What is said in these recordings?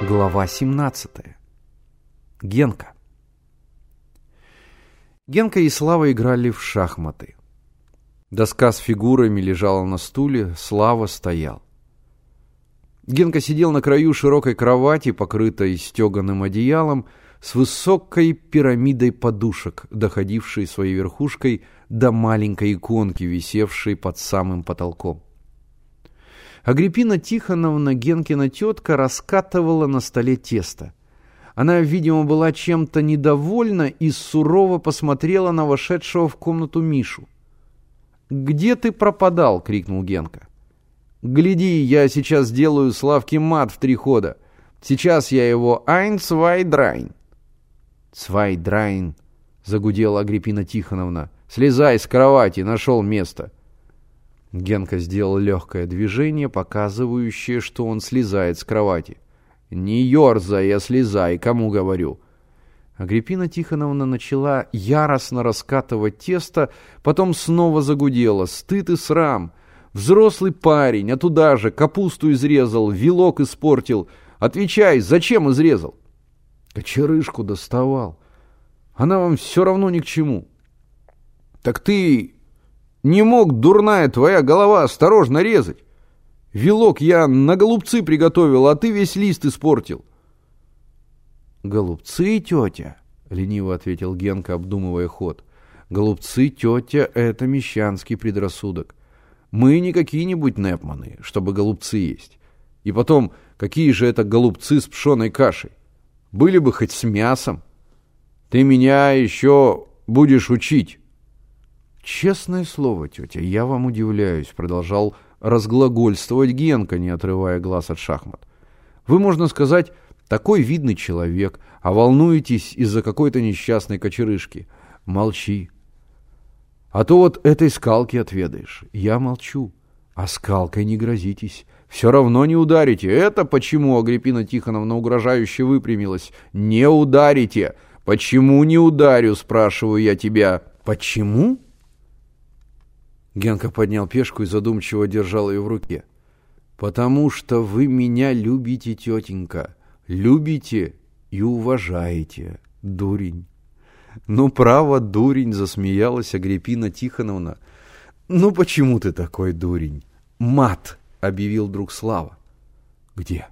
Глава 17. Генка. Генка и Слава играли в шахматы. Доска с фигурами лежала на стуле, Слава стоял. Генка сидел на краю широкой кровати, покрытой стеганым одеялом, с высокой пирамидой подушек, доходившей своей верхушкой до маленькой иконки, висевшей под самым потолком. Агриппина Тихоновна, Генкина тетка, раскатывала на столе тесто. Она, видимо, была чем-то недовольна и сурово посмотрела на вошедшего в комнату Мишу. «Где ты пропадал?» — крикнул Генка. «Гляди, я сейчас сделаю Славке мат в 3 хода. Сейчас я его «Айн, цвай, драйн». «Цвай, драйн», — загудела Агриппина Тихоновна. «Слезай с кровати, нашел место». Генка сделал легкое движение, показывающее, что он слезает с кровати. «Не ерзай, а слезай, кому говорю». Агриппина Тихоновна начала яростно раскатывать тесто, потом снова загудела. «Стыд и срам! Взрослый парень, а туда же капусту изрезал, вилок испортил. Отвечай, зачем изрезал?» «Кочерышку доставал. Она вам все равно ни к чему». «Так ты не мог, дурная твоя голова, осторожно резать? Вилок я на голубцы приготовил, а ты весь лист испортил». «Голубцы, тетя?» — лениво ответил Генка, обдумывая ход. «Голубцы, тетя, это мещанский предрассудок. Мы не какие-нибудь непманы, чтобы голубцы есть. И потом, какие же это голубцы с пшеной кашей? Были бы хоть с мясом. Ты меня еще будешь учить». «Честное слово, тетя, я вам удивляюсь», — продолжал разглагольствовать Генка, не отрывая глаз от шахмат. «Вы, можно сказать, такой видный человек, а волнуетесь из-за какой-то несчастной кочерышки. Молчи. А то вот этой скалки отведаешь. Я молчу. А скалкой не грозитесь. Все равно не ударите. Это почему?» Агриппина Тихоновна угрожающе выпрямилась. «Не ударите. Почему не ударю, спрашиваю я тебя?» «Почему?» Генка поднял пешку и задумчиво держал ее в руке. «Потому что вы меня любите, тетенька. Любите и уважаете, дурень». «Ну, право, дурень», — засмеялась Агриппина Тихоновна. «Ну, почему ты такой дурень?» «Мат», — объявил вдруг Слава. «Где?»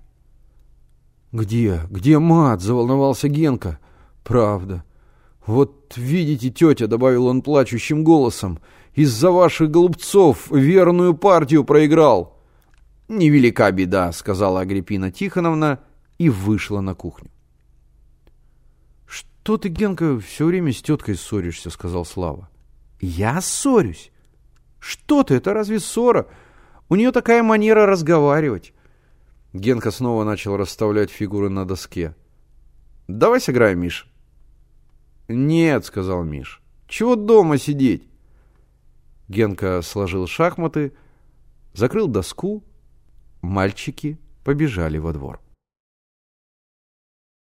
«Где мат?» — заволновался Генка. «Правда. Вот видите, тетя», — добавил он плачущим голосом, — «из-за ваших голубцов верную партию проиграл». «Невелика беда», — сказала Агриппина Тихоновна и вышла на кухню. «Что ты, Генка, все время с теткой ссоришься?» — сказал Слава. «Я ссорюсь? Что ты, это разве ссора? У нее такая манера разговаривать». Генка снова начал расставлять фигуры на доске. «Давай сыграем, Миш». «Нет», — сказал Миш. «Чего дома сидеть?» Генка сложил шахматы, закрыл доску. Мальчики побежали во двор.